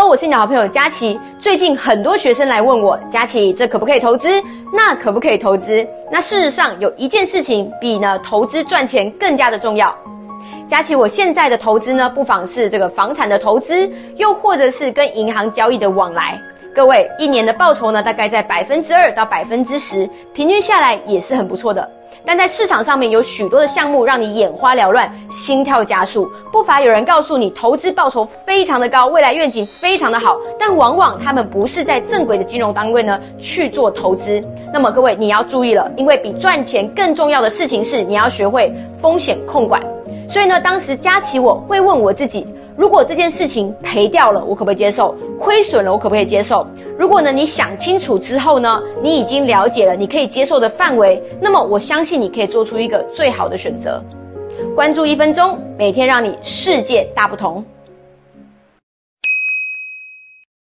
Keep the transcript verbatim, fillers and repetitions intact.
Hello， 我是你的好朋友佳琪。最近很多学生来问我，佳琪，这可不可以投资？那可不可以投资？那事实上有一件事情比呢投资赚钱更加的重要。佳琪，我现在的投资呢，不妨是这个房产的投资，又或者是跟银行交易的往来。各位，一年的报酬呢，大概在百分之二到百分之十，平均下来也是很不错的。但在市场上面有许多的项目让你眼花缭乱，心跳加速，不乏有人告诉你投资报酬非常的高，未来愿景非常的好，但往往他们不是在正规的金融单位呢去做投资。那么各位你要注意了，因为比赚钱更重要的事情是你要学会风险控管。所以呢，当时佳琪我会问我自己，如果这件事情赔掉了，我可不可以接受？亏损了，我可不可以接受？如果呢，你想清楚之后呢，你已经了解了你可以接受的范围，那么我相信你可以做出一个最好的选择。关注一分钟，每天让你世界大不同。